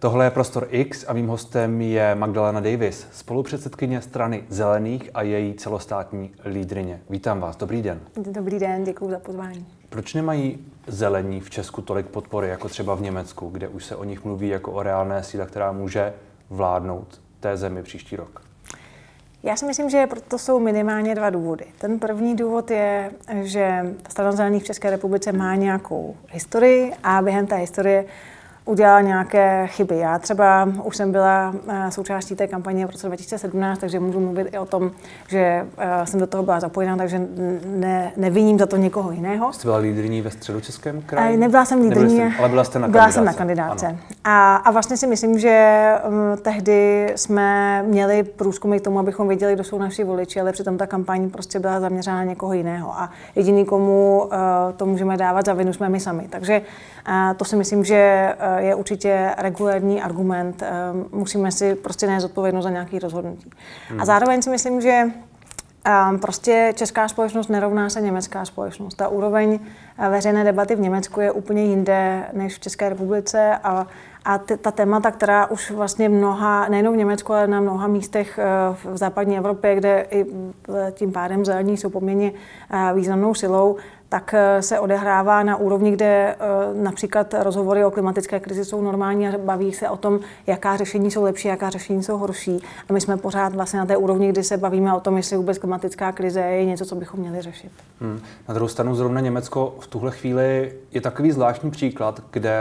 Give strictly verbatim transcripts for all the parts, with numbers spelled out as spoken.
Tohle je Prostor X a mým hostem je Magdalena Davis, spolupředsedkyně strany Zelených a její celostátní lídryně. Vítám vás, dobrý den. Dobrý den, děkuji za pozvání. Proč nemají zelení v Česku tolik podpory, jako třeba v Německu, kde už se o nich mluví jako o reálné síle, která může vládnout té zemi příští rok? Já si myslím, že to jsou minimálně dva důvody. Ten první důvod je, že strana Zelených v České republice má nějakou historii a během té historie udělala nějaké chyby. Já třeba už jsem byla součástí té kampaně v roce dva tisíce sedmnáct, takže můžu mluvit i o tom, že jsem do toho byla zapojena, takže ne, neviním za to někoho jiného. Jste byla lídryní ve Středočeském kraji? Nebyla jsem lídryní, ale byla jste na byla kandidáce. jsem na kandidáce. A, a vlastně si myslím, že um, tehdy jsme měli průzkumy k tomu, abychom věděli, kdo jsou naši voliči, ale přitom ta kampaň prostě byla zaměřena na někoho jiného. A jediný, komu uh, to můžeme dávat za vinu, jsme my sami. Takže uh, to si myslím, že uh, je určitě regulární argument. Uh, musíme si prostě nést odpovědnost za nějaké rozhodnutí. Hmm. A zároveň si myslím, že Um, prostě česká společnost nerovná se německá společnost. Ta úroveň veřejné debaty v Německu je úplně jinde než v České republice a, a t- ta témata, která už vlastně mnoha, nejenom v Německu, ale na mnoha místech v západní Evropě, kde i tím pádem zelení jsou poměrně významnou silou, tak se odehrává na úrovni, kde například rozhovory o klimatické krizi jsou normální a baví se o tom, jaká řešení jsou lepší, jaká řešení jsou horší. A my jsme pořád vlastně na té úrovni, kdy se bavíme o tom, jestli vůbec klimatická krize je něco, co bychom měli řešit. Hmm. Na druhou stranu zrovna Německo v tuhle chvíli je takový zvláštní příklad, kde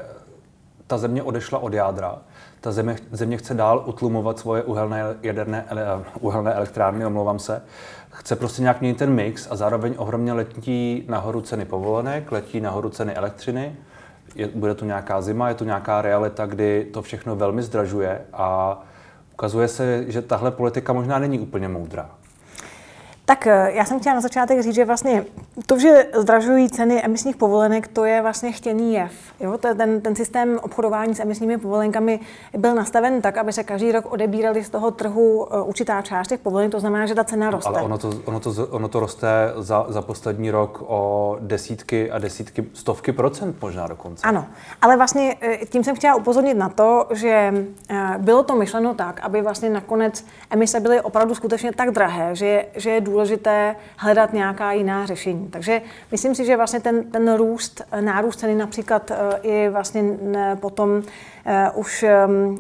ta země odešla od jádra. Ta země, země chce dál utlumovat svoje uhelné, jaderné, uhelné elektrárny, omlouvám se. Chce prostě nějak měnit ten mix a zároveň ohromně letí nahoru ceny povolenek, letí nahoru ceny elektřiny. Je, bude tu nějaká zima, je tu nějaká realita, kdy to všechno velmi zdražuje a ukazuje se, že tahle politika možná není úplně moudrá. Tak já jsem chtěla na začátek říct, že vlastně to, že zdražují ceny emisních povolenek, to je vlastně chtěný jev. Jo? Ten, ten systém obchodování s emisními povolenkami byl nastaven tak, aby se každý rok odebírali z toho trhu určitá část těch povolenek, to znamená, že ta cena roste. Ale ono to, ono to, ono to roste za, za poslední rok o desítky a desítky, stovky procent možná dokonce. Ano, ale vlastně tím jsem chtěla upozornit na to, že bylo to myšleno tak, aby vlastně nakonec emise byly opravdu skutečně tak drahé, že, že je důležité hledat nějaká jiná řešení. Takže myslím si, že vlastně ten, ten růst, nárůst ceny například i vlastně potom uh, už um,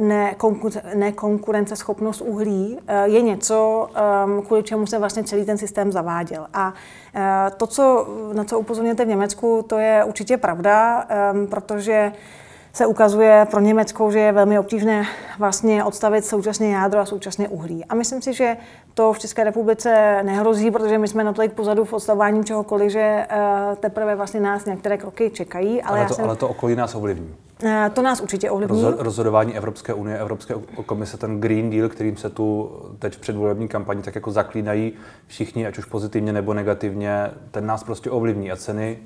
nekonkurenceschopnost uhlí uh, je něco, um, kvůli čemu se vlastně celý ten systém zaváděl. A uh, to, co, na co upozorňujete v Německu, to je určitě pravda, um, protože se ukazuje pro Německo, že je velmi obtížné vlastně odstavit současně jádro a současně uhlí. A myslím si, že to v České republice nehrozí, protože my jsme natolik pozadu v odstavování čehokoliv, že teprve vlastně nás některé kroky čekají. Ale, ale, to, jsem, ale to okolí nás ovlivní. To nás určitě ovlivní. Rozhodování Evropské unie, Evropské komise, ten Green Deal, kterým se tu teď v předvolební kampani tak jako zaklínají všichni, ať už pozitivně nebo negativně, ten nás prostě ovlivní a ceny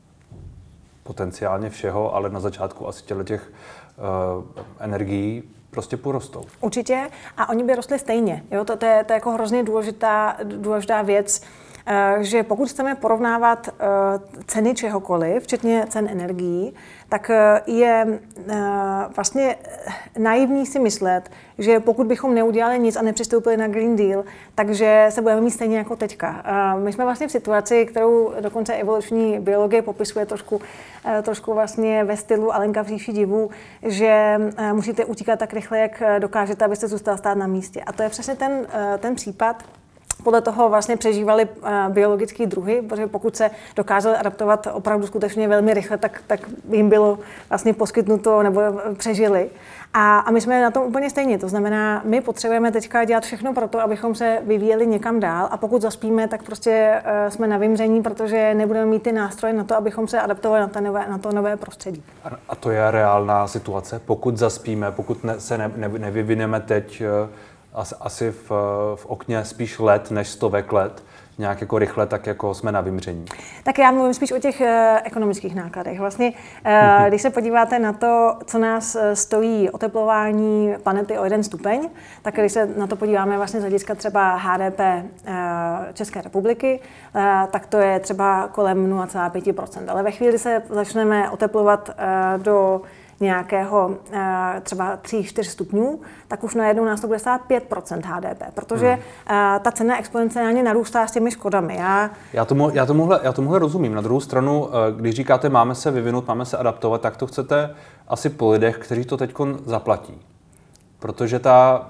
potenciálně všeho, ale na začátku asi těch uh, energií prostě porostou. Určitě a oni by rostli stejně. Jo? To, to, je, to je jako hrozně důležitá, důležitá věc, uh, že pokud chceme porovnávat uh, ceny čehokoliv, včetně cen energií, tak uh, je uh, vlastně naivní si myslet, že pokud bychom neudělali nic a nepřistoupili na Green Deal, takže se budeme mít stejně jako teďka. My jsme vlastně v situaci, kterou dokonce evoluční biologie popisuje trošku, trošku vlastně ve stylu Alenka v říši divů, že musíte utíkat tak rychle, jak dokážete, abyste zůstal stát na místě. A to je přesně ten, ten případ. Podle toho vlastně přežívali biologické druhy, protože pokud se dokázali adaptovat opravdu skutečně velmi rychle, tak, tak jim bylo vlastně poskytnuto nebo přežili. A, a my jsme na tom úplně stejně. To znamená, my potřebujeme teďka dělat všechno pro to, abychom se vyvíjeli někam dál a pokud zaspíme, tak prostě uh, jsme na vymření, protože nebudeme mít ty nástroje na to, abychom se adaptovali na, nové, na to nové prostředí. A to je reálná situace? Pokud zaspíme, pokud ne, se ne, ne, nevyvineme teď uh, asi v, v okně spíš let než stovek let, nějak jako rychle, tak jako jsme na vymření. Tak já mluvím spíš o těch uh, ekonomických nákladech. Vlastně, uh, když se podíváte na to, co nás stojí oteplování planety o jeden stupeň, tak když se na to podíváme vlastně z hlediska třeba H D P uh, České republiky, uh, tak to je třeba kolem nula celá pět procenta. Ale ve chvíli se začneme oteplovat uh, do nějakého třeba tři čtyři stupňů, tak už najednou nás to bude stát pět procent H D P, protože hmm. ta cena exponenciálně narůstá s těmi škodami. Já, já, tomu, já, tomuhle, já tomuhle rozumím. Na druhou stranu, když říkáte, máme se vyvinout, máme se adaptovat, tak to chcete asi po lidech, kteří to teď zaplatí. Protože ta,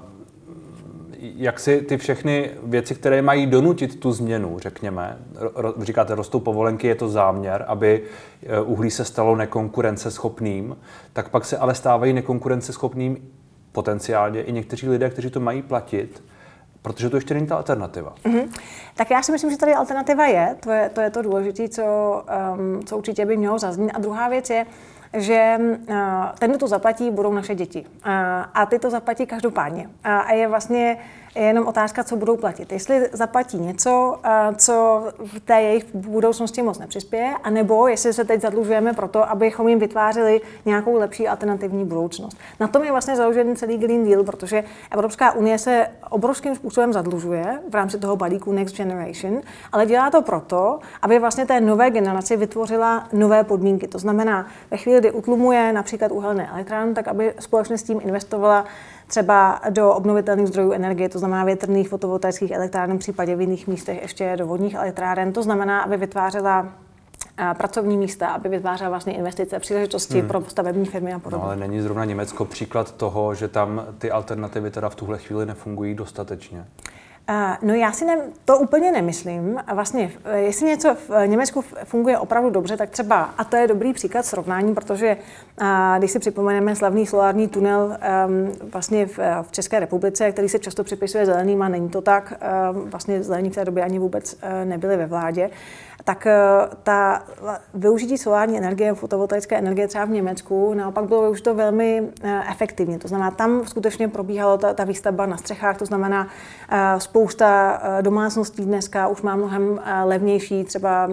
jak si ty všechny věci, které mají donutit tu změnu, řekněme, ro, říkáte, rostou povolenky, je to záměr, aby uhlí se stalo nekonkurenceschopným, tak pak se ale stávají nekonkurenceschopným potenciálně i někteří lidé, kteří to mají platit, protože to ještě není ta alternativa. Mm-hmm. Tak já si myslím, že tady alternativa je, to je to, je to důležité, co, um, co určitě by mělo zaznít. A druhá věc je, že uh, ten, kdo to zaplatí, budou naše děti. Uh, a ty to zaplatí každopádně. Uh, a je vlastně jenom otázka, co budou platit. Jestli zaplatí něco, uh, co v té jejich budoucnosti moc nepřispěje, anebo jestli se teď zadlužujeme proto, abychom jim vytvářeli nějakou lepší alternativní budoucnost. Na tom je vlastně založený celý Green Deal, protože Evropská unie se obrovským způsobem zadlužuje v rámci toho balíku Next Generation, ale dělá to proto, aby vlastně té nové generaci vytvořila nové podmínky. To znamená, ve chvíli, kdy utlumuje například uhelné elektrárny, tak aby společně s tím investovala třeba do obnovitelných zdrojů energie, to znamená větrných fotovoltaických elektráren, v případě v jiných místech ještě do vodních elektráren. To znamená, aby vytvářela pracovní místa, aby vytvářela vlastně investice, příležitosti hmm. pro stavební firmy a podobně. No, ale není zrovna Německo příklad toho, že tam ty alternativy teda v tuhle chvíli nefungují dostatečně? No já si ne, to úplně nemyslím. A vlastně, jestli něco v Německu funguje opravdu dobře, tak třeba, a to je dobrý příklad srovnání, protože a, když si připomeneme slavný solární tunel um, vlastně v, v České republice, který se často připisuje zeleným, a není to tak, um, vlastně zelení v té době ani vůbec uh, nebyli ve vládě, tak ta využití solární energie, fotovoltaické energie třeba v Německu naopak bylo využito velmi efektivně. To znamená, tam skutečně probíhala ta, ta výstavba na střechách, to znamená spousta domácností dneska už má mnohem levnější třeba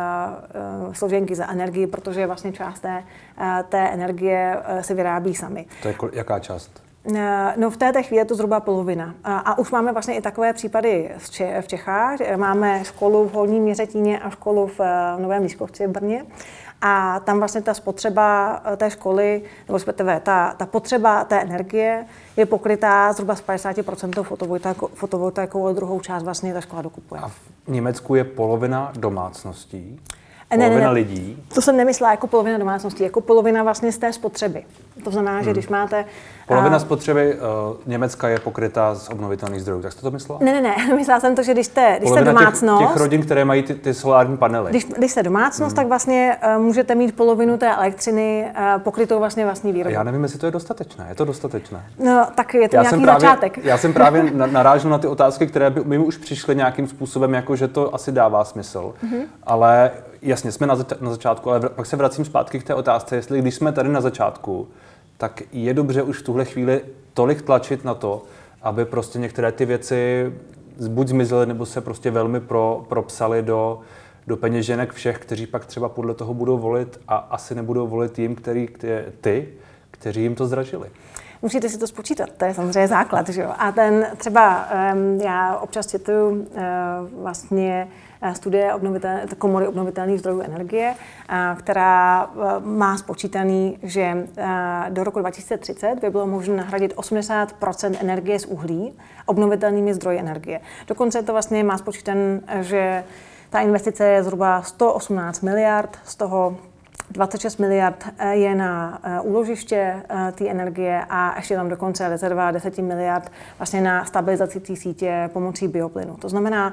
složenky za energii, protože vlastně část té, té energie se vyrábí sami. To je jaká část? No v té chvíli je to zhruba polovina. A, a už máme vlastně i takové případy v Čechách. Máme školu v Horním Měřetíně a školu v Novém Lískovci v Brně. A tam vlastně ta spotřeba té školy, nebo respektive ta, ta potřeba té energie je pokrytá zhruba z padesát procent fotovoltaikou, ale druhou část vlastně ta škola dokupuje. A v Německu je polovina domácností? Polovina ne, ne, ne. lidí? To jsem nemyslela jako polovina domácností, jako polovina vlastně z té spotřeby. To znamená, že hmm. když máte... Polovina spotřeby uh, Německa je pokrytá z obnovitelných zdrojů, tak jste to myslela? Ne, ne, ne, myslela jsem to, že když jste, když jste domácnost... Těch, těch rodin, které mají ty, ty solární panely. Když, když jste domácnost, hmm. tak vlastně uh, můžete mít polovinu té elektřiny uh, pokrytou vlastně vlastní výrobou. Já nevím, jestli to je dostatečné. Je to dostatečné? No, tak je to já nějaký právě, začátek. Já jsem právě narážel na ty otázky, které by mi už přišly nějakým způsobem, jako že to asi dává smysl. Hmm. Ale jasně, jsme na, zač- na začátku, ale pak se vracím zpátky k té otázce, jestli když jsme tady na začátku, tak je dobře už v tuhle chvíli tolik tlačit na to, aby prostě některé ty věci buď zmizely, nebo se prostě velmi pro, propsaly do, do peněženek všech, kteří pak třeba podle toho budou volit a asi nebudou volit jim, který, který, ty, kteří jim to zdražili. Musíte si to spočítat, to je samozřejmě základ, že jo. A ten třeba, um, já občas cituju uh, vlastně studie obnovitel, komory obnovitelných zdrojů energie, která má spočítaný, že do roku dva tisíce třicet by bylo možné nahradit osmdesát procent energie z uhlí obnovitelnými zdroji energie. Dokonce to vlastně má spočítan, že ta investice je zhruba sto osmnáct miliard, z toho dvacet šest miliard je na úložiště té energie a ještě tam dokonce rezerva deset miliard vlastně na stabilizaci té sítě pomocí bioplynu. To znamená,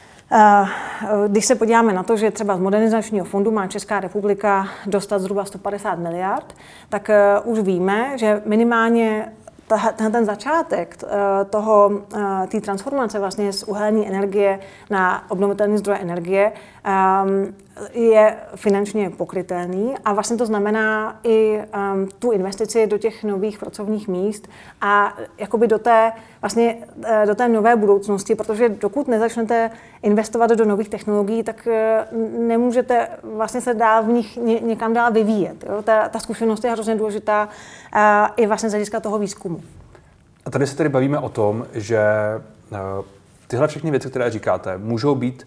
když se podíváme na to, že třeba z modernizačního fondu má Česká republika dostat zhruba sto padesát miliard, tak už víme, že minimálně ten začátek toho, té transformace vlastně z uhelné energie na obnovitelné zdroje energie je finančně pokrytelný a vlastně to znamená i um, tu investici do těch nových pracovních míst a jakoby do té, vlastně, do té nové budoucnosti, protože dokud nezačnete investovat do nových technologií, tak uh, nemůžete vlastně se dál v nich ně, někam dál vyvíjet. Jo? Ta, ta zkušenost je hrozně důležitá uh, i vlastně z hlediska toho výzkumu. A tady se tady bavíme o tom, že uh, tyhle všechny věci, které říkáte, můžou být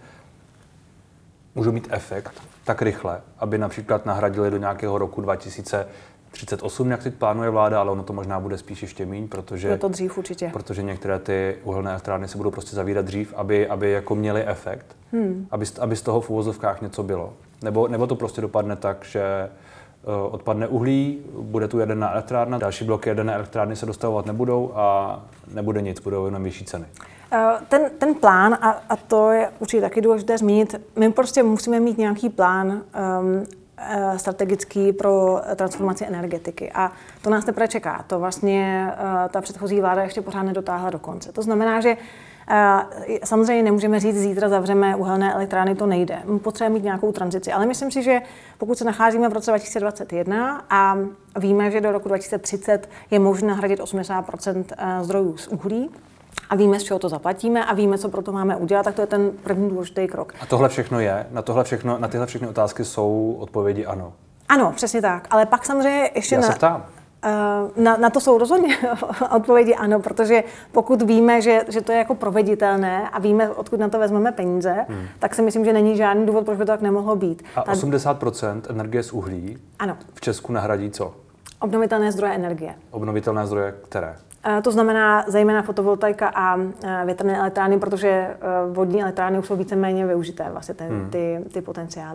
můžou mít efekt tak rychle, aby například nahradili do nějakého roku dva tisíce třicet osm, jak teď plánuje vláda, ale ono to možná bude spíš ještě míň, protože, je to dřív určitě. protože některé ty uhelné elektrárny se budou prostě zavírat dřív, aby, aby jako měly efekt, hmm. aby, aby z toho v uvozovkách něco bylo. Nebo, nebo to prostě dopadne tak, že uh, odpadne uhlí, bude tu jaderná elektrárna, další bloky jaderné elektrárny se dostavovat nebudou a nebude nic, budou jenom vyšší ceny. Ten, ten plán, a, a to je určitě taky důležité zmínit, my prostě musíme mít nějaký plán um, strategický pro transformaci energetiky. A to nás teprve čeká. To vlastně uh, ta předchozí vláda ještě pořád nedotáhla do konce. To znamená, že uh, samozřejmě nemůžeme říct, zítra zavřeme uhelné elektrárny, to nejde. My potřebujeme mít nějakou tranzici. Ale myslím si, že pokud se nacházíme v roce dva tisíce dvacet jedna a víme, že do roku dva tisíce třicet je možné nahradit osmdesát procent zdrojů z uhlí, a víme, z čeho to zaplatíme a víme, co pro to máme udělat, tak to je ten první důležitý krok. A tohle všechno je? Na, tohle všechno, na tyhle všechny otázky jsou odpovědi ano? Ano, přesně tak. Ale pak samozřejmě ještě... Já na, se ptám. Na, na to jsou rozhodně odpovědi ano, protože pokud víme, že, že to je jako proveditelné a víme, odkud na to vezmeme peníze, hmm. tak si myslím, že není žádný důvod, proč by to tak nemohlo být. A osmdesát procent energie z uhlí ano. v Česku nahradí co? Obnovitelné zdroje energie. Obnovitelné zdroje které? To znamená zejména fotovoltaika a větrné elektrárny, protože vodní elektrárny už jsou víceméně využité, vlastně ten, hmm. ty, ty potenciály.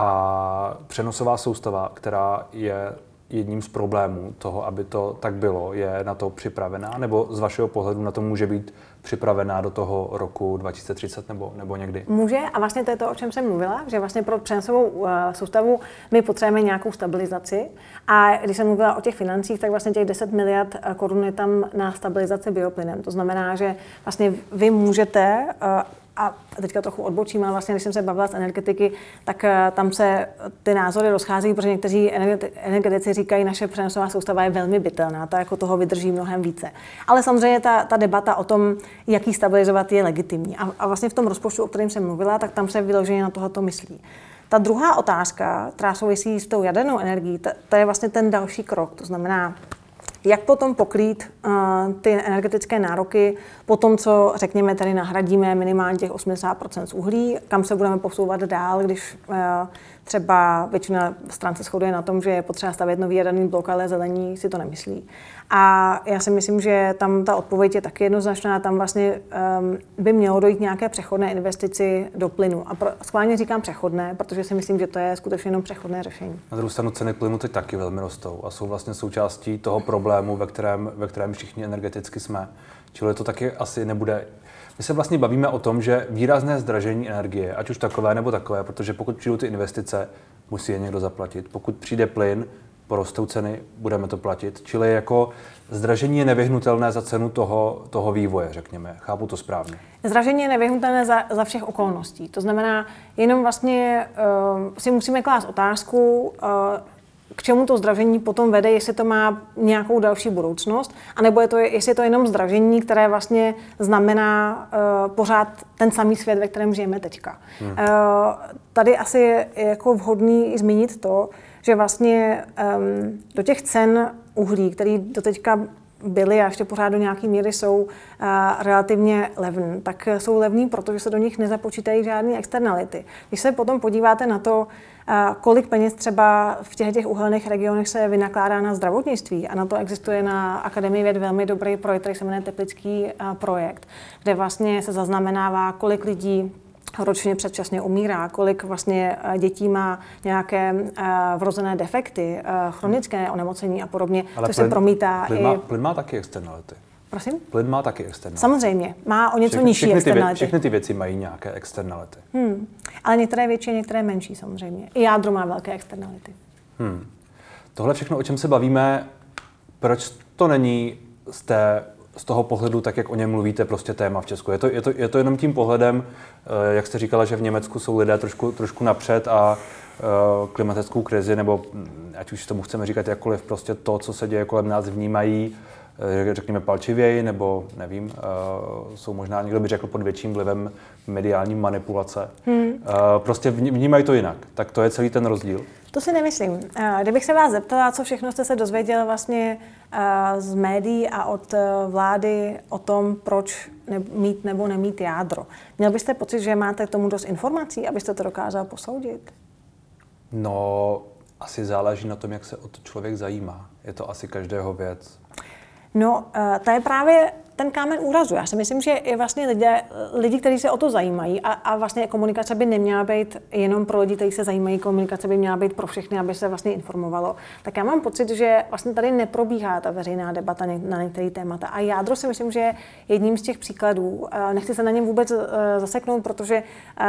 A přenosová soustava, která je jedním z problémů toho, aby to tak bylo, je na to připravená? Nebo z vašeho pohledu na to může být připravená do toho roku dva tisíce třicet nebo, nebo někdy? Může a vlastně to je to, o čem jsem mluvila, že vlastně pro přenosovou uh, soustavu my potřebujeme nějakou stabilizaci. A když jsem mluvila o těch financích, tak vlastně těch deset miliard korun je tam na stabilizaci bioplynem. To znamená, že vlastně vy můžete uh, a teďka trochu odbočím, ale vlastně, když jsem se bavila z energetiky, tak tam se ty názory rozchází, protože někteří energetici říkají, naše přenosová soustava je velmi bytelná, ta jako toho vydrží mnohem více. Ale samozřejmě ta, ta debata o tom, jak ji stabilizovat, je legitimní. A, a vlastně v tom rozpočtu, o kterém jsem mluvila, tak tam se vyloženě na tohoto myslí. Ta druhá otázka, která souvisí s tou jadernou energií, to, to je vlastně ten další krok. To znamená, jak potom pokrýt uh, ty energetické nároky po tom, co řekněme tady nahradíme minimálně těch osmdesát procent z uhlí, kam se budeme posouvat dál, když uh, třeba většina stran se shoduje na tom, že je potřeba stavět nový jaderný blok, ale zelení si to nemyslí. A já si myslím, že tam ta odpověď je taky jednoznačná, tam vlastně um, by mělo dojít nějaké přechodné investici do plynu. A pro, schválně říkám přechodné, protože si myslím, že to je skutečně jenom přechodné řešení. Na druhou stranu ceny plynu teď taky velmi rostou a jsou vlastně součástí toho problému, ve kterém, ve kterém všichni energeticky jsme. Čili to taky asi nebude. My se vlastně bavíme o tom, že výrazné zdražení energie, ať už takové nebo takové, protože pokud přijdou ty investice, musí je někdo zaplatit. Pokud přijde plyn, porostou ceny, budeme to platit. Čili jako zdražení je nevyhnutelné za cenu toho, toho vývoje, řekněme. Chápu to správně. Zdražení je nevyhnutelné za, za všech okolností. To znamená, jenom vlastně uh, si musíme klást otázku, uh, k čemu to zdražení potom vede, jestli to má nějakou další budoucnost, anebo je to, jestli je to jenom zdražení, které vlastně znamená uh, pořád ten samý svět, ve kterém žijeme teďka. Hmm. Uh, tady asi je jako vhodný zmínit to, že vlastně um, do těch cen uhlí, které doteďka byly a ještě pořád do nějaké míry jsou uh, relativně levný, tak jsou levný, protože se do nich nezapočítají žádné externality. Když se potom podíváte na to, uh, kolik peněz třeba v těch, těch uhelných regionech se vynakládá na zdravotnictví, a na to existuje na Akademii věd velmi dobrý projekt, který se jmenuje Teplický uh, projekt, kde vlastně se zaznamenává, kolik lidí ročně předčasně umírá, kolik vlastně dětí má nějaké uh, vrozené defekty, uh, chronické onemocnění a podobně, ale což plyn, se promítá plyn i... Má, plyn má taky externality. Prosím? Plyn má taky externality. Samozřejmě, má o něco všechny, nižší všechny externality. Ty, všechny ty věci mají nějaké externality. Hmm. Ale některé větší, některé menší samozřejmě. I jádro má velké externality. Hmm. Tohle všechno, o čem se bavíme, proč to není z té z toho pohledu, tak jak o něm mluvíte, prostě téma v Česku. Je to, je to, je to jenom tím pohledem, jak jste říkala, že v Německu jsou lidé trošku, trošku napřed a uh, klimatickou krizi, nebo ať už tomu chceme říkat jakkoliv, prostě to, co se děje kolem nás, vnímají, řekněme, palčivěji, nebo nevím, uh, jsou možná, někdo by řekl, pod větším vlivem mediální manipulace. Hmm. Uh, prostě vnímají to jinak. Tak to je celý ten rozdíl. To si nemyslím. Kdybych se vás zeptala, co všechno jste se dozvěděl vlastně z médií a od vlády o tom, proč mít nebo nemít jádro. Měl byste pocit, že máte k tomu dost informací, abyste to dokázal posoudit? No, Asi záleží na tom, jak se o to člověk zajímá. Je to asi každého věc. No, to je právě ten kámen úrazu. Já si myslím, že je vlastně lidé, lidi, kteří se o to zajímají a, a vlastně komunikace by neměla být jenom pro lidi, kteří se zajímají, komunikace by měla být pro všechny, aby se vlastně informovalo. Tak já mám pocit, že vlastně tady neprobíhá ta veřejná debata na některé témata. A jádro si myslím, že je jedním z těch příkladů. Nechci se na něm vůbec zaseknout, protože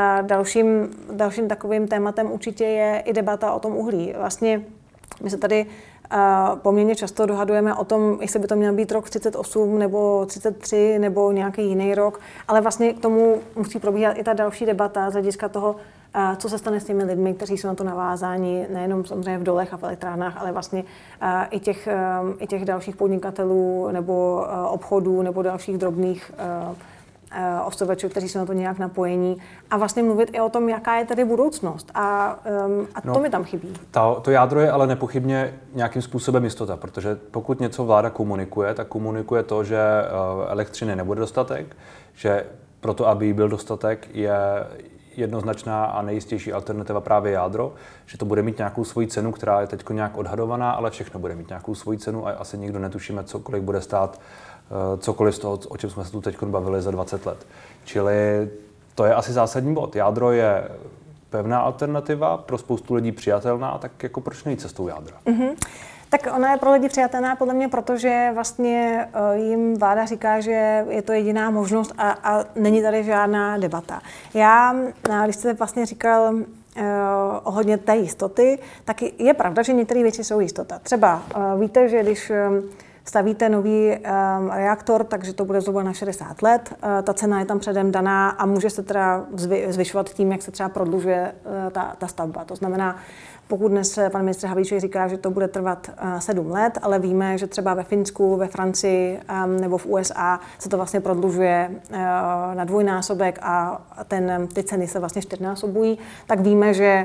dalším, dalším takovým tématem určitě je i debata o tom uhlí. Vlastně my se tady Uh, poměrně často dohadujeme o tom, jestli by to měl být rok třicet osm nebo třicet tři nebo nějaký jiný rok, ale vlastně k tomu musí probíhat i ta další debata z hlediska toho, uh, co se stane s těmi lidmi, kteří jsou na to navázáni, nejenom samozřejmě v dolech a v elektrárnách, ale vlastně uh, i, těch, um, i těch dalších podnikatelů nebo uh, obchodů nebo dalších drobných uh, osobačů, kteří jsou na to nějak napojení a vlastně mluvit i o tom, jaká je tady budoucnost a, um, a to no, mi tam chybí. Ta, to jádro je ale nepochybně nějakým způsobem jistota, protože pokud něco vláda komunikuje, tak komunikuje to, že elektřiny nebude dostatek, že proto, aby jí byl dostatek, je jednoznačná a nejistější alternativa právě jádro, že to bude mít nějakou svoji cenu, která je teď nějak odhadovaná, ale všechno bude mít nějakou svoji cenu a asi nikdo netušíme, co, kolik bude stát cokoliv z toho, o čem jsme se tu teď bavili za dvacet let. Čili to je asi zásadní bod. Jádro je pevná alternativa, pro spoustu lidí přijatelná, tak jako proč nejít cestou jádra? Mm-hmm. Tak ona je pro lidi přijatelná podle mě, protože vlastně jim vláda říká, že je to jediná možnost a, a není tady žádná debata. Já, když jste vlastně říkal uh, ohledně té jistoty, tak je pravda, že některé věci jsou jistota. Třeba uh, víte, že když um, stavíte nový um, reaktor, takže to bude zhruba na šedesát let. Uh, ta cena je tam předem daná a může se teda zvy, zvyšovat tím, jak se třeba prodlužuje uh, ta, ta stavba. To znamená, pokud dnes pan ministr Havlíček říká, že to bude trvat uh, sedm let, ale víme, že třeba ve Finsku, ve Francii um, nebo v U S A se to vlastně prodlužuje uh, na dvojnásobek a ten, ty ceny se vlastně čtyřnásobují, tak víme, že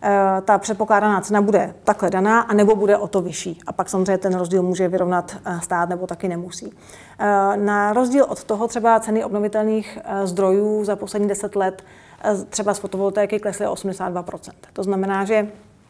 ta předpokládaná cena bude takhle daná, anebo bude o to vyšší. A pak samozřejmě ten rozdíl může vyrovnat stát, nebo taky nemusí. Na rozdíl od toho třeba ceny obnovitelných zdrojů za poslední deset let třeba z fotovoltaiky klesly o osmdesát dva procent. To znamená, že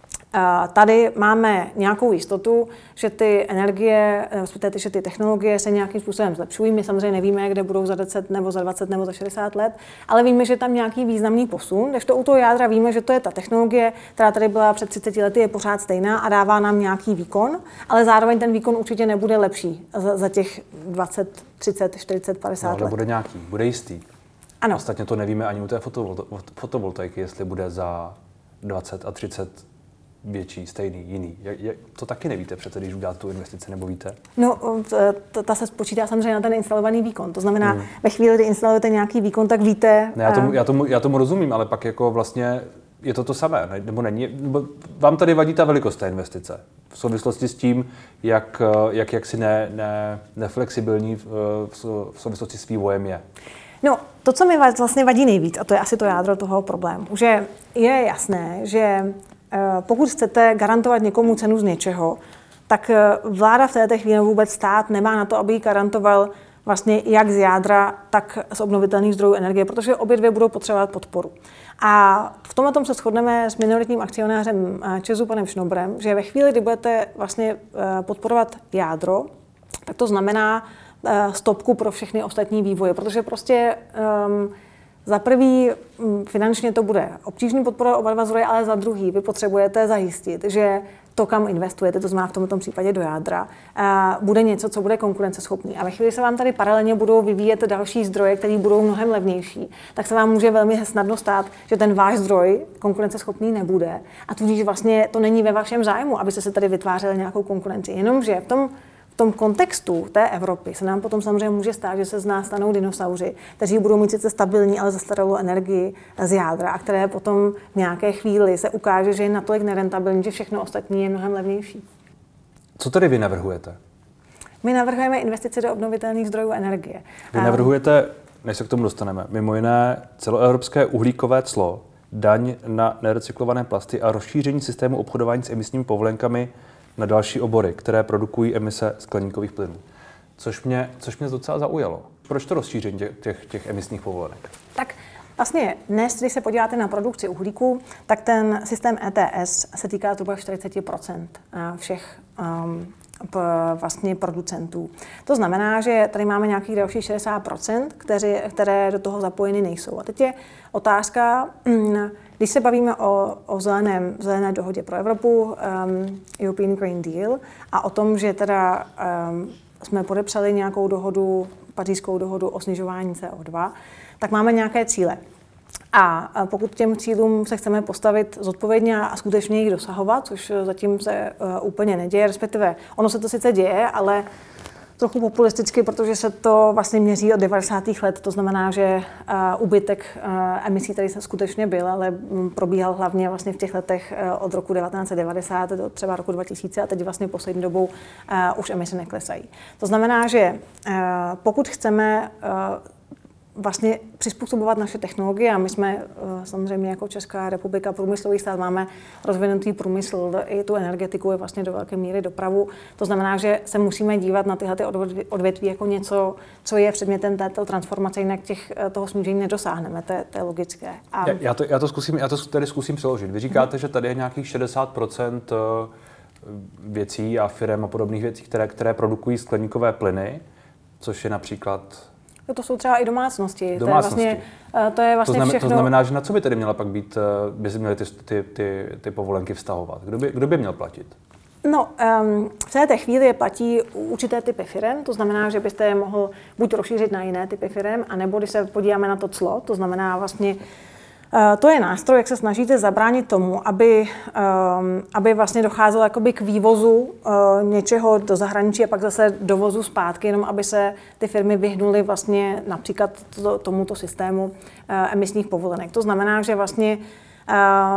tady máme nějakou jistotu, že ty energie, že ty technologie se nějakým způsobem zlepšují. My samozřejmě nevíme, kde budou za deset nebo za dvacet nebo za šedesát let, ale víme, že tam nějaký významný posun. Když to u toho jádra víme, že to je ta technologie, která tady byla před třiceti lety, je pořád stejná a dává nám nějaký výkon, ale zároveň ten výkon určitě nebude lepší za, za těch dvacet, třicet, čtyřicet, padesát no, ale let. Bude nějaký, bude jistý. Ano. Ostatně to nevíme ani u té fotovoltaiky, jestli bude za dvacet a třicet větší, stejný, jiný. Je, je, to taky nevíte přece, když uděláte tu investici, nebo víte? No, to, ta se spočítá samozřejmě na ten instalovaný výkon. To znamená, hmm. ve chvíli, kdy instalujete nějaký výkon, tak víte... Ne, já, tomu, já, tomu, já tomu rozumím, ale pak jako vlastně je to to samé, ne? Nebo není? Nebo vám tady vadí ta velikost té investice v souvislosti s tím, jak, jak, jak si ne, ne, neflexibilní v, v souvislosti s vývojem je. No, to, co mi vlastně vadí nejvíc, a to je asi to jádro toho problému, že je jasné, že pokud chcete garantovat někomu cenu z něčeho, tak vláda v této chvíli vůbec stát nemá na to, aby ji garantoval vlastně jak z jádra, tak z obnovitelných zdrojů energie, protože obě dvě budou potřebovat podporu. A v tomhle tom se shodneme s minoritním akcionářem ČEZu, panem Šnobrem, že ve chvíli, kdy budete vlastně podporovat jádro, tak to znamená stopku pro všechny ostatní vývoje, protože prostě um, za prvý finančně to bude obtížný podporovat oba dva zdroje, ale za druhý vy potřebujete zajistit, že to, kam investujete, to znamená v tomto případě do jádra, bude něco, co bude konkurenceschopný. A ve chvíli se vám tady paralelně budou vyvíjet další zdroje, které budou mnohem levnější, tak se vám může velmi snadno stát, že ten váš zdroj konkurenceschopný nebude. A tudíž vlastně to není ve vašem zájmu, abyste se tady vytvářeli nějakou konkurenci. Jenomže v tom V tom kontextu té Evropy se nám potom samozřejmě může stát, že se z nás stanou dinosauři, kteří budou mít sice stabilní, ale zastaralou energii z jádra a které potom v nějaké chvíli se ukáže, že je natolik nerentabilní, že všechno ostatní je mnohem levnější. Co tedy vy navrhujete? My navrhujeme investice do obnovitelných zdrojů energie. Vy navrhujete, než se k tomu dostaneme, mimo jiné celoevropské uhlíkové clo, daň na nerecyklované plasty a rozšíření systému obchodování s emisními povolenkami na další obory, které produkují emise skleníkových plynů. Což mě, což mě docela zaujalo. Proč to rozšíření těch, těch, těch emisních povolenek? Tak Vlastně dnes, když se podíváte na produkci uhlíku, tak ten systém E T S se týká zhruba čtyřicet procent všech um, p, vlastně producentů. To znamená, že tady máme nějakých dalších šedesát procent, kteří, které do toho zapojeny nejsou. A teď je otázka, když se bavíme o, o zeleném, zelené dohodě pro Evropu, um, European Green Deal, a o tom, že teda um, jsme podepsali nějakou dohodu, Pařížskou dohodu o snižování C O dva, tak máme nějaké cíle. A pokud těm cílům se chceme postavit zodpovědně a skutečně jich dosahovat, což zatím se uh, úplně neděje, respektive ono se to sice děje, ale trochu populisticky, protože se to vlastně měří od devadesátých let, to znamená, že uh, úbytek uh, emisí tady se skutečně byl, ale probíhal hlavně vlastně v těch letech uh, od roku devatenáct set devadesát do třeba roku dva tisíce a teď vlastně poslední dobou uh, už emise neklesají. To znamená, že uh, pokud chceme uh, vlastně přizpůsobovat naše technologie a my jsme samozřejmě jako Česká republika průmyslový stát, máme rozvinutý průmysl i tu energetiku je vlastně do velké míry dopravu. To znamená, že se musíme dívat na tyhle odvětví jako něco, co je předmětem této transformace, jinak těch, toho snížení nedosáhneme, to je, to je logické. A... Já, já, to, já, to zkusím, já to tady zkusím přeložit. Vy říkáte, hmm. že tady je nějakých šedesát procent věcí a firem a podobných věcí, které, které produkují skleníkové plyny, což je například... To jsou třeba i domácnosti. domácnosti. To je vlastně, to je vlastně to znamená, všechno... To znamená, že na co by tedy měla pak být, by si měly ty, ty, ty, ty povolenky vztahovat? Kdo by, kdo by měl platit? No, um, v celé té chvíli platí určité typy firem, to znamená, že byste je mohl buď rozšířit na jiné typy firem, anebo když se podíváme na to clo, to znamená vlastně to je nástroj, jak se snažíte zabránit tomu, aby, um, aby vlastně docházelo jakoby k vývozu uh, něčeho do zahraničí a pak zase dovozu zpátky, jenom aby se ty firmy vyhnuly vlastně například to, tomuto systému uh, emisních povolenek. To znamená, že vlastně uh,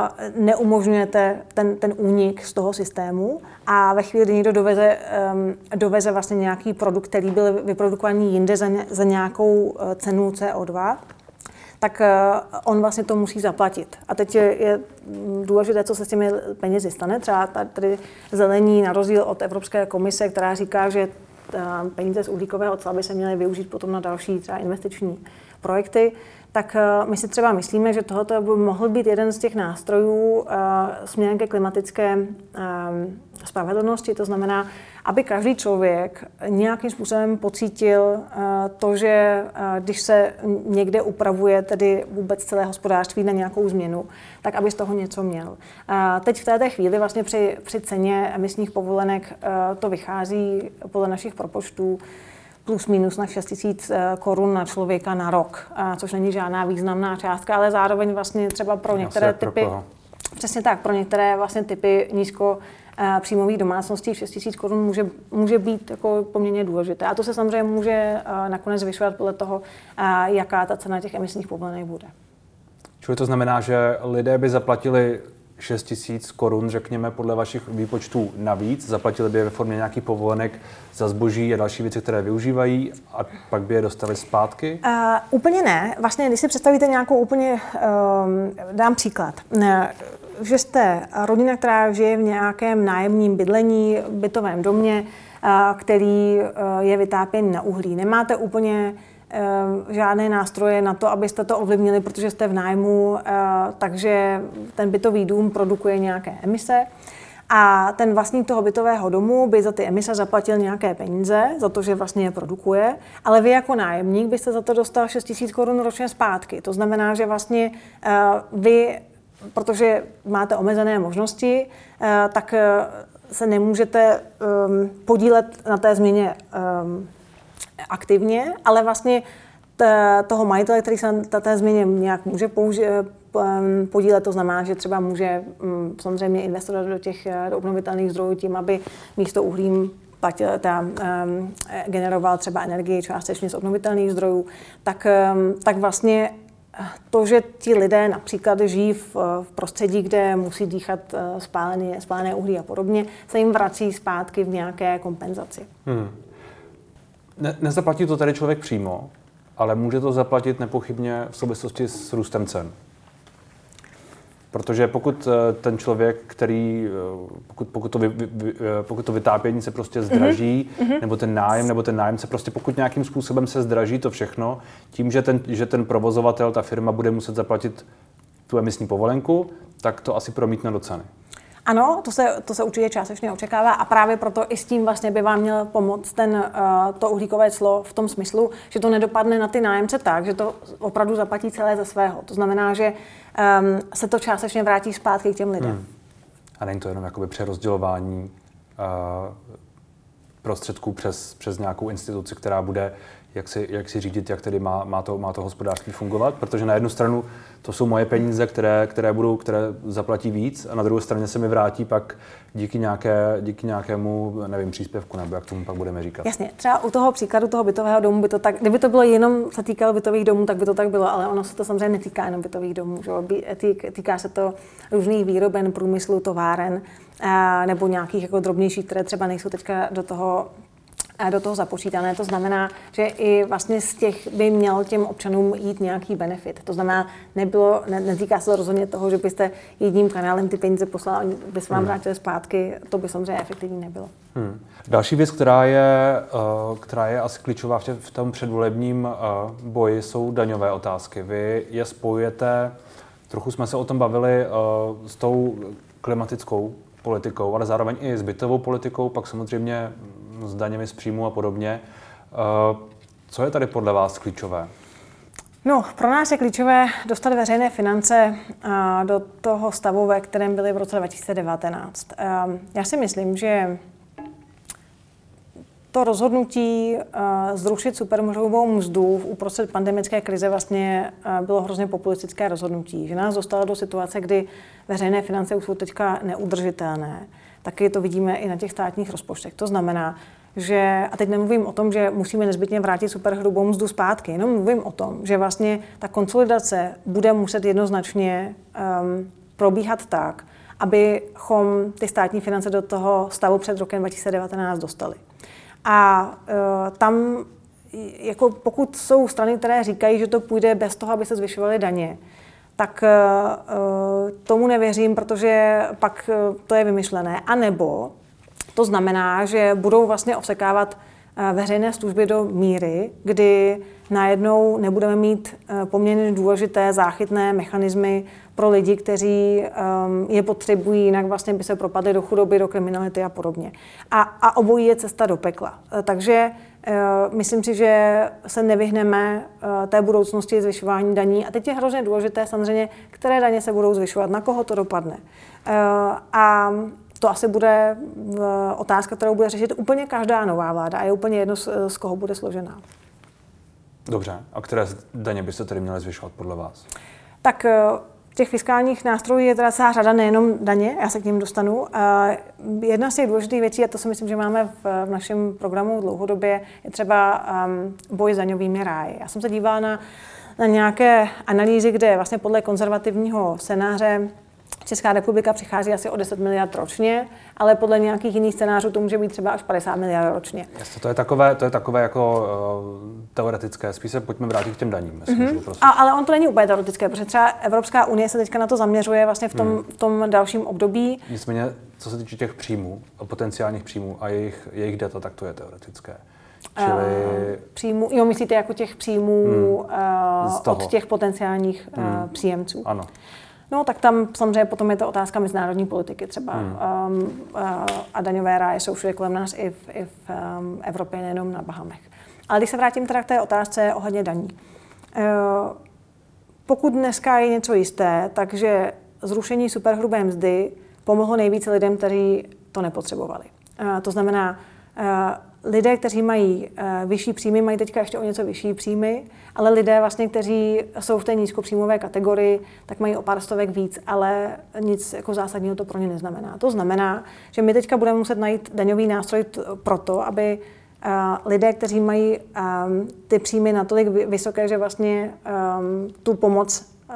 neumožňujete ten, ten únik z toho systému a ve chvíli, kdy někdo doveze, um, doveze vlastně nějaký produkt, který byl vyprodukovaný jinde za, ně, za nějakou uh, cenu C O dva, tak on vlastně to musí zaplatit. A teď je, je důležité, co se s těmi penězi stane. Třeba tady zelení, na rozdíl od Evropské komise, která říká, že peníze z uhlíkového cla by se měly využít potom na další třeba investiční projekty, tak my si třeba myslíme, že tohoto by mohl být jeden z těch nástrojů směrem ke klimatické spravedlnosti. To znamená, aby každý člověk nějakým způsobem pocítil to, že když se někde upravuje tedy vůbec celé hospodářství na nějakou změnu, tak aby z toho něco měl. Teď v této chvíli vlastně při, při ceně emisních povolenek to vychází podle našich propočtů plus minus na šest tisíc korun na člověka na rok, což není žádná významná částka, ale zároveň vlastně třeba pro některé typy, přesně tak, pro některé vlastně typy nízko příjmových domácností šest tisíc korun může, může být jako poměrně důležité. A to se samozřejmě může nakonec zvyšovat podle toho, jaká ta cena těch emisních povolenek bude. Čili to znamená, že lidé by zaplatili šest tisíc korun, řekněme, podle vašich výpočtů navíc, zaplatili by je ve formě nějakých povolenek za zboží a další věci, které využívají, a pak by je dostali zpátky? Uh, úplně ne. Vlastně, když si představíte nějakou úplně, um, dám příklad, ne, že jste rodina, která žije v nějakém nájemním bydlení, bytovém domě, uh, který uh, je vytápěný na uhlí. Nemáte úplně žádné nástroje na to, abyste to ovlivnili, protože jste v nájmu, takže ten bytový dům produkuje nějaké emise a ten vlastník toho bytového domu by za ty emise zaplatil nějaké peníze, za to, že vlastně je produkuje, ale vy jako nájemník byste za to dostal šest tisíc korun ročně zpátky. To znamená, že vlastně vy, protože máte omezené možnosti, tak se nemůžete podílet na té změně aktivně, ale vlastně t- toho majitele, který se na té změně nějak může použi- podílet, to znamená, že třeba může m, samozřejmě investovat do těch do obnovitelných zdrojů tím, aby místo uhlím platil, ta, um, generoval třeba energii částečně z obnovitelných zdrojů, tak, um, tak vlastně to, že ti lidé například žijí v, v prostředí, kde musí dýchat spálené, spálené uhlí a podobně, se jim vrací zpátky v nějaké kompenzaci. Hmm. Ne, nezaplatí to tady člověk přímo, ale může to zaplatit nepochybně v souvislosti s růstem cen. Protože pokud ten člověk, který, pokud, pokud, to, vy, vy, pokud to vytápění se prostě zdraží, mm-hmm. nebo ten nájem, nebo ten nájem se prostě pokud nějakým způsobem se zdraží to všechno, tím, že ten, že ten provozovatel, ta firma bude muset zaplatit tu emisní povolenku, tak to asi promítne do ceny. Ano, to se, to se určitě částečně očekává a právě proto i s tím vlastně by vám měl pomoct ten, uh, to uhlíkové clo v tom smyslu, že to nedopadne na ty nájemce tak, že to opravdu zaplatí celé ze svého. To znamená, že um, se to částečně vrátí zpátky k těm lidem. Hmm. A není to jenom jakoby přerozdělování uh, prostředků přes, přes nějakou instituci, která bude jak si, jak si řídit, jak tedy má, má, to, má to hospodářství fungovat, protože na jednu stranu to jsou moje peníze, které, které, budou, které zaplatí víc a na druhou straně se mi vrátí pak díky, nějaké, díky nějakému, nevím, příspěvku, nebo jak tomu pak budeme říkat. Jasně, třeba u toho příkladu toho bytového domu by to tak, kdyby to bylo jenom se týkalo bytových domů, tak by to tak bylo, ale ono se to samozřejmě netýká jenom bytových domů, že? Týká se to různých výroben, průmyslu, továren nebo nějakých jako drobnějších, které třeba nejsou teďka do toho do toho započítané. To znamená, že i vlastně z těch by měl těm občanům jít nějaký benefit. To znamená, nebylo, ne, netýká se to rozhodně toho, že byste jedním kanálem ty peníze poslali, by se vám hmm. vrátili zpátky, to by samozřejmě efektivní nebylo. Hmm. Další věc, která je, která je asi klíčová v tom předvolebním boji, jsou daňové otázky. Vy je spojujete, trochu jsme se o tom bavili, s tou klimatickou politikou, ale zároveň i s bytovou politikou, pak samozřejmě s daněmi z příjmu a podobně. Co je tady podle vás klíčové? No, pro nás je klíčové dostat veřejné finance do toho stavu, ve kterém byly v roce dva tisíce devatenáct. Já si myslím, že to rozhodnutí zrušit superhrubou mzdu uprostřed pandemické krize vlastně bylo hrozně populistické rozhodnutí, že nás dostalo do situace, kdy veřejné finance už jsou teďka neudržitelné. Taky to vidíme i na těch státních rozpočtech. To znamená, že, a teď nemluvím o tom, že musíme nezbytně vrátit superhrubou mzdu zpátky, jenom mluvím o tom, že vlastně ta konsolidace bude muset jednoznačně um, probíhat tak, abychom ty státní finance do toho stavu před rokem dva tisíce devatenáct dostali. A uh, tam, jako pokud jsou strany, které říkají, že to půjde bez toho, aby se zvyšovaly daně, tak uh, tomu nevěřím, protože pak uh, to je vymyšlené. A nebo to znamená, že budou vlastně osekávat uh, veřejné služby do míry, kdy najednou nebudeme mít uh, poměrně důležité záchytné mechanismy pro lidi, kteří um, je potřebují, jinak vlastně by se propadli do chudoby, do kriminality a podobně. A, a obojí je cesta do pekla. Uh, takže uh, myslím si, že se nevyhneme uh, té budoucnosti zvyšování daní. A teď je hrozně důležité samozřejmě, které daně se budou zvyšovat, na koho to dopadne. Uh, a to asi bude uh, otázka, kterou bude řešit úplně každá nová vláda a je úplně jedno, z, z koho bude složená. Dobře. A které daně byste tedy měly zvyšovat podle vás? Tak uh, těch fiskálních nástrojů je teda celá řada, nejenom daně, já se k ním dostanu. Uh, jedna z těch důležitých věcí, a to si myslím, že máme v, v našem programu dlouhodobě, je třeba um, boj s daňovými ráji. Já jsem se dívala na, na nějaké analýzy, kde vlastně podle konzervativního scénáře Česká republika přichází asi o deset miliard ročně, ale podle nějakých jiných scénářů to může být třeba až padesát miliard ročně. Jasně, to je takové, to je takové jako uh, teoretické, spíš se pojďme vrátit k těm daním. Mm-hmm. Prostě. A, ale on to není úplně teoretické, protože třeba Evropská unie se teďka na to zaměřuje vlastně v tom, hmm. v tom dalším období. Nicméně, co se týče těch příjmů, potenciálních příjmů a jejich, jejich data, tak to je teoretické. Čili... Uh, příjmů, jo, myslíte jako těch příjmů hmm. uh, od těch potenciálních uh, hmm. příjemců? Ano. No, tak tam samozřejmě potom je to otázka mezinárodní politiky třeba. Hmm. Um, uh, a daňové ráje jsou všude kolem nás i v, i v um, Evropě, nejenom na Bahamech. Ale když se vrátím teda k té otázce ohledně daní. Uh, pokud dneska je něco jisté, takže zrušení superhrubé mzdy pomohlo nejvíce lidem, kteří to nepotřebovali. Uh, to znamená, uh, lidé, kteří mají uh, vyšší příjmy, mají teďka ještě o něco vyšší příjmy, ale lidé, vlastně, kteří jsou v té nízkopříjmové kategorii, tak mají o pár stovek víc, ale nic jako zásadního to pro ně neznamená. To znamená, že my teďka budeme muset najít daňový nástroj t- pro to, aby uh, lidé, kteří mají um, ty příjmy natolik vysoké, že vlastně um, tu pomoc uh,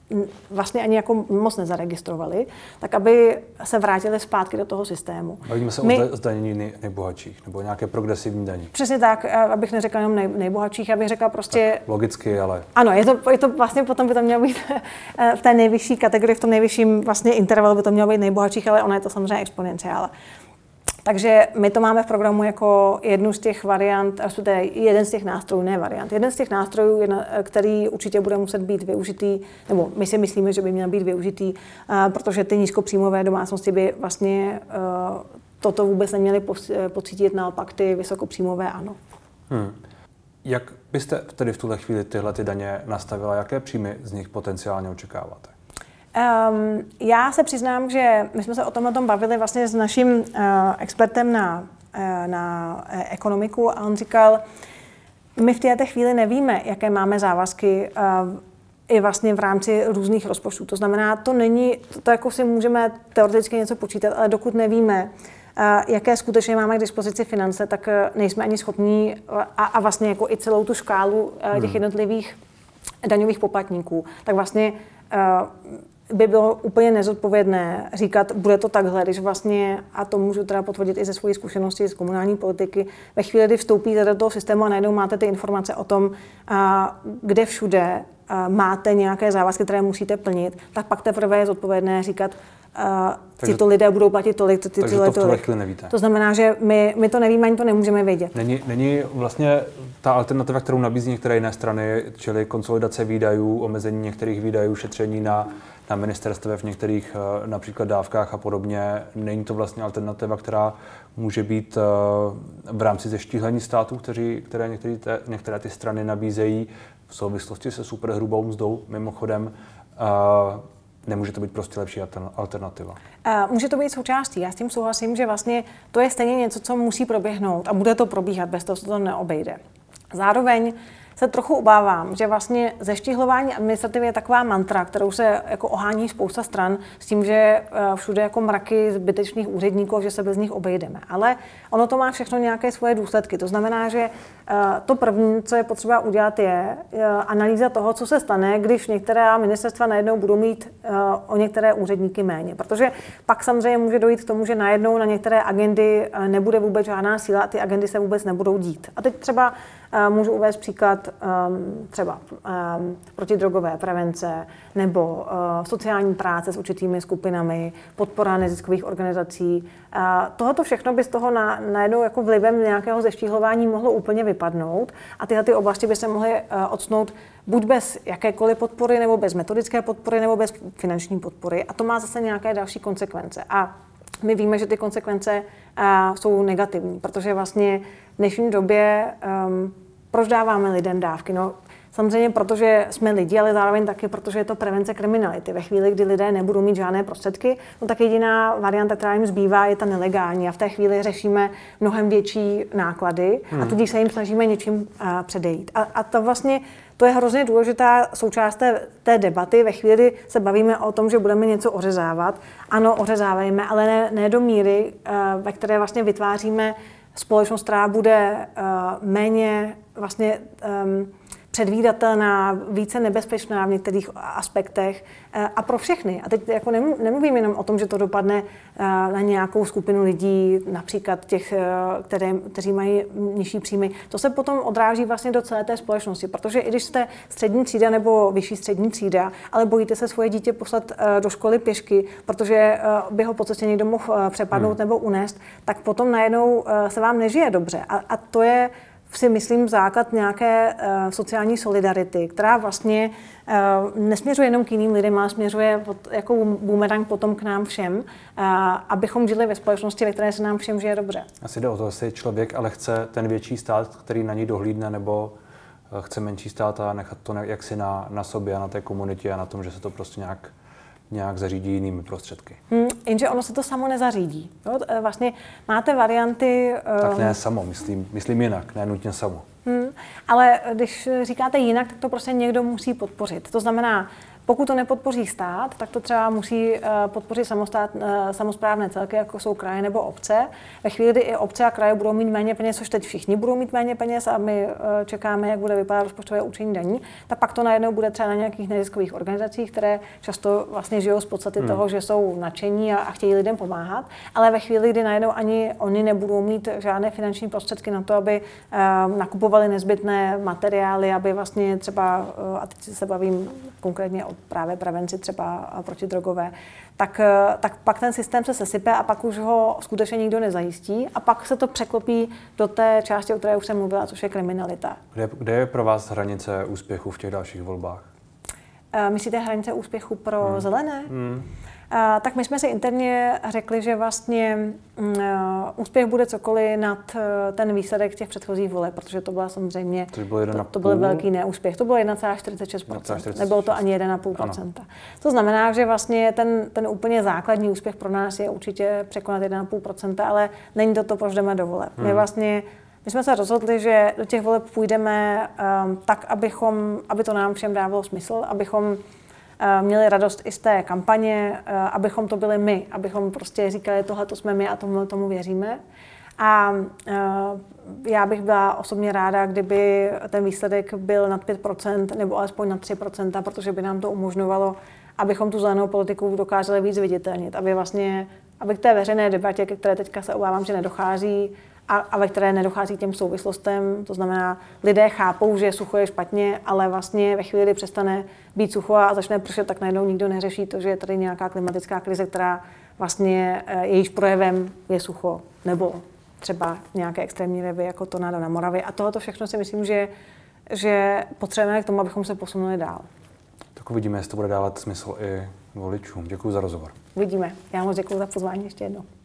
vlastně ani jako moc nezaregistrovali, tak aby se vrátili zpátky do toho systému. Bavíme se My, o zdanění nejbohatších nebo nějaké progresivní daní. Přesně tak, abych neřekla jenom nej, nejbohatších, abych řekla prostě... Tak logicky, ale... Ano, je to, je to vlastně potom by to mělo být v té nejvyšší kategorii, v tom nejvyšším vlastně intervalu by to mělo být nejbohatších, ale ono je to samozřejmě exponenciála. Takže my to máme v programu jako jednu z těch variant, to je jeden z těch nástrojů, ne variant, jeden z těch nástrojů, který určitě bude muset být využitý, nebo my si myslíme, že by měl být využitý, protože ty nízkopříjmové domácnosti by vlastně toto vůbec neměly pocítit, naopak ty vysokopříjmové ano. Hmm. Jak byste tedy v tuhle chvíli tyhle ty daně nastavila, jaké příjmy z nich potenciálně očekáváte? Um, já se přiznám, že my jsme se o tomhle tom bavili vlastně s naším uh, expertem na, uh, na uh, ekonomiku a on říkal, my v této chvíli nevíme, jaké máme závazky uh, i vlastně v rámci různých rozpočtů. To znamená, to není, to, to jako si můžeme teoreticky něco počítat, ale dokud nevíme, uh, jaké skutečně máme k dispozici finance, tak uh, nejsme ani schopní a, a vlastně jako i celou tu škálu uh, těch jednotlivých daňových poplatníků, tak vlastně uh, by bylo úplně nezodpovědné říkat, bude to takhle, když vlastně, a to můžu teda potvrdit i ze své zkušenosti z komunální politiky, ve chvíli, kdy vstoupíte do toho systému a najednou máte ty informace o tom, kde všude máte nějaké závazky, které musíte plnit, tak pak teprve je zodpovědné říkat, takže, tyto lidé budou platit tolik, ty, takže tyhle to v tuhle chvíli nevíte. To znamená, že my, my to nevíme, ani to nemůžeme vědět. Není, není vlastně ta alternativa, kterou nabízí některé jiné strany, čili konsolidace výdajů, omezení některých výdajů, šetření na, na ministerstvech v některých například dávkách a podobně. Není to vlastně alternativa, která může být v rámci zeštíhlení států, kteří, které některé, te, některé ty strany nabízejí v souvislosti se superhrubou mzdou, mimochodem. Nemůže to být prostě lepší alternativa? Může to být součástí. Já s tím souhlasím, že vlastně to je stejně něco, co musí proběhnout a bude to probíhat, bez toho se to neobejde. Zároveň se trochu obávám, že vlastně zeštihlování administrativy je taková mantra, kterou se jako ohání spousta stran s tím, že všude jako mraky zbytečných úředníků, že se bez nich obejdeme. Ale ono to má všechno nějaké svoje důsledky. To znamená, že to první, co je potřeba udělat, je analýza toho, co se stane, když některá ministerstva najednou budou mít o některé úředníky méně. Protože pak samozřejmě může dojít k tomu, že najednou na některé agendy nebude vůbec žádná síla a ty agendy se vůbec nebudou dít. A teď třeba můžu uvést příklad třeba protidrogové prevence nebo uh, sociální práce s určitými skupinami, podpora neziskových organizací. Uh, tohoto všechno by z toho na, najednou jako vlivem nějakého zeštíhlování mohlo úplně vypadnout a tyhle ty oblasti by se mohly uh, odsnout buď bez jakékoliv podpory, nebo bez metodické podpory, nebo bez finanční podpory. A to má zase nějaké další konsekvence. A my víme, že ty konsekvence uh, jsou negativní, protože vlastně v dnešní době um, proč dáváme lidem dávky? No, samozřejmě protože jsme lidi, ale zároveň taky, protože je to prevence kriminality. Ve chvíli, kdy lidé nebudou mít žádné prostředky, no tak jediná varianta, která jim zbývá, je ta nelegální. A v té chvíli řešíme mnohem větší náklady hmm. a tudíž se jim snažíme něčím uh, předejít. A, a to vlastně to je hrozně důležitá součást té, té debaty. Ve chvíli se bavíme o tom, že budeme něco ořezávat. Ano, ořezávejme, ale ne, ne do míry, uh, ve které vlastně vytváříme společnost, která bude uh, méně vlastně um, předvídatelná, více nebezpečná v některých aspektech uh, a pro všechny. A teď jako nemluvím jenom o tom, že to dopadne uh, na nějakou skupinu lidí, například těch, uh, které, kteří mají nižší příjmy. To se potom odráží vlastně do celé té společnosti, protože i když jste střední třída nebo vyšší střední třída, ale bojíte se svoje dítě poslat uh, do školy pěšky, protože uh, by ho po cestě někdo mohl uh, přepadnout hmm. nebo unést, tak potom najednou uh, se vám nežije dobře. A, a to je si myslím základ nějaké uh, sociální solidarity, která vlastně uh, nesměřuje jenom k jiným lidem, ale směřuje pod, jako boomerang potom k nám všem, uh, abychom žili ve společnosti, ve které se nám všem žije dobře. Asi jde o to, jestli člověk ale chce ten větší stát, který na ní dohlídne, nebo chce menší stát a nechat to jaksi na, na sobě a na té komunitě a na tom, že se to prostě nějak nějak zařídí jinými prostředky. Hmm, jenže ono se to samo nezařídí. Jo? Vlastně máte varianty... Tak ne samo, myslím, myslím jinak, ne nutně samo. Hmm, ale když říkáte jinak, tak to prostě někdo musí podpořit. To znamená, Pokud to nepodpoří stát, tak to třeba musí podpořit samostát, samosprávné celky, jako jsou kraje nebo obce. Ve chvíli, kdy i obce a kraje budou mít méně peněz, což teď všichni budou mít méně peněz a my čekáme, jak bude vypadat rozpočtové určení daní, tak pak to najednou bude třeba na nějakých neziskových organizacích, které často vlastně žijou z podstaty hmm. toho, že jsou nadšení a, a chtějí lidem pomáhat, ale ve chvíli, kdy najednou ani oni nebudou mít žádné finanční prostředky na to, aby uh, nakupovali nezbytné materiály, aby vlastně třeba, uh, a teď se bavím konkrétně o právě prevenci třeba protidrogové, tak, uh, tak pak ten systém se sesype a pak už ho skutečně nikdo nezajistí a pak se to překlopí do té části, o které už jsem mluvila, což je kriminalita. Kde, kde je pro vás hranice úspěchu v těch dalších volbách? Uh, myslíte hranice úspěchu pro hmm. zelené? Hmm. Uh, tak my jsme si interně řekli, že vlastně uh, úspěch bude cokoliv nad uh, ten výsledek těch předchozích voleb, protože to byla samozřejmě, to, bylo to, to byl velký neúspěch. To bylo jedna celá čtyřicet šest procent, nebylo to ani jedna celá pět procenta. To znamená, že vlastně ten, ten úplně základní úspěch pro nás je určitě překonat jedna celá pět procenta, ale není to to, proč jdeme do voleb. Hmm. My vlastně My jsme se rozhodli, že do těch voleb půjdeme um, tak, abychom, aby to nám všem dávalo smysl, abychom uh, měli radost i z té kampaně, uh, abychom to byli my, abychom prostě říkali, tohle to jsme my a tomu, tomu věříme. A uh, já bych byla osobně ráda, kdyby ten výsledek byl nad pět procent nebo alespoň nad tři procenta, protože by nám to umožňovalo, abychom tu zelenou politiku dokázali víc viditelnit, aby vlastně, aby k té veřejné debatě, ke které teďka se obávám, že nedochází, a, a ve které nedochází k těm souvislostem. To znamená, lidé chápou, že sucho je špatně, ale vlastně ve chvíli, kdy přestane být sucho a začne pršet, tak najednou nikdo neřeší to, že je tady nějaká klimatická krize, která vlastně jejíž projevem je sucho, nebo třeba nějaké extrémní jevy jako tornádo na Moravě. A tohoto všechno si myslím, že, že potřebujeme k tomu, abychom se posunuli dál. Tak uvidíme, jestli to bude dávat smysl i voličům. Děkuji za rozhovor. Uvidíme. Já moc děkuji za pozvání ještě jednou.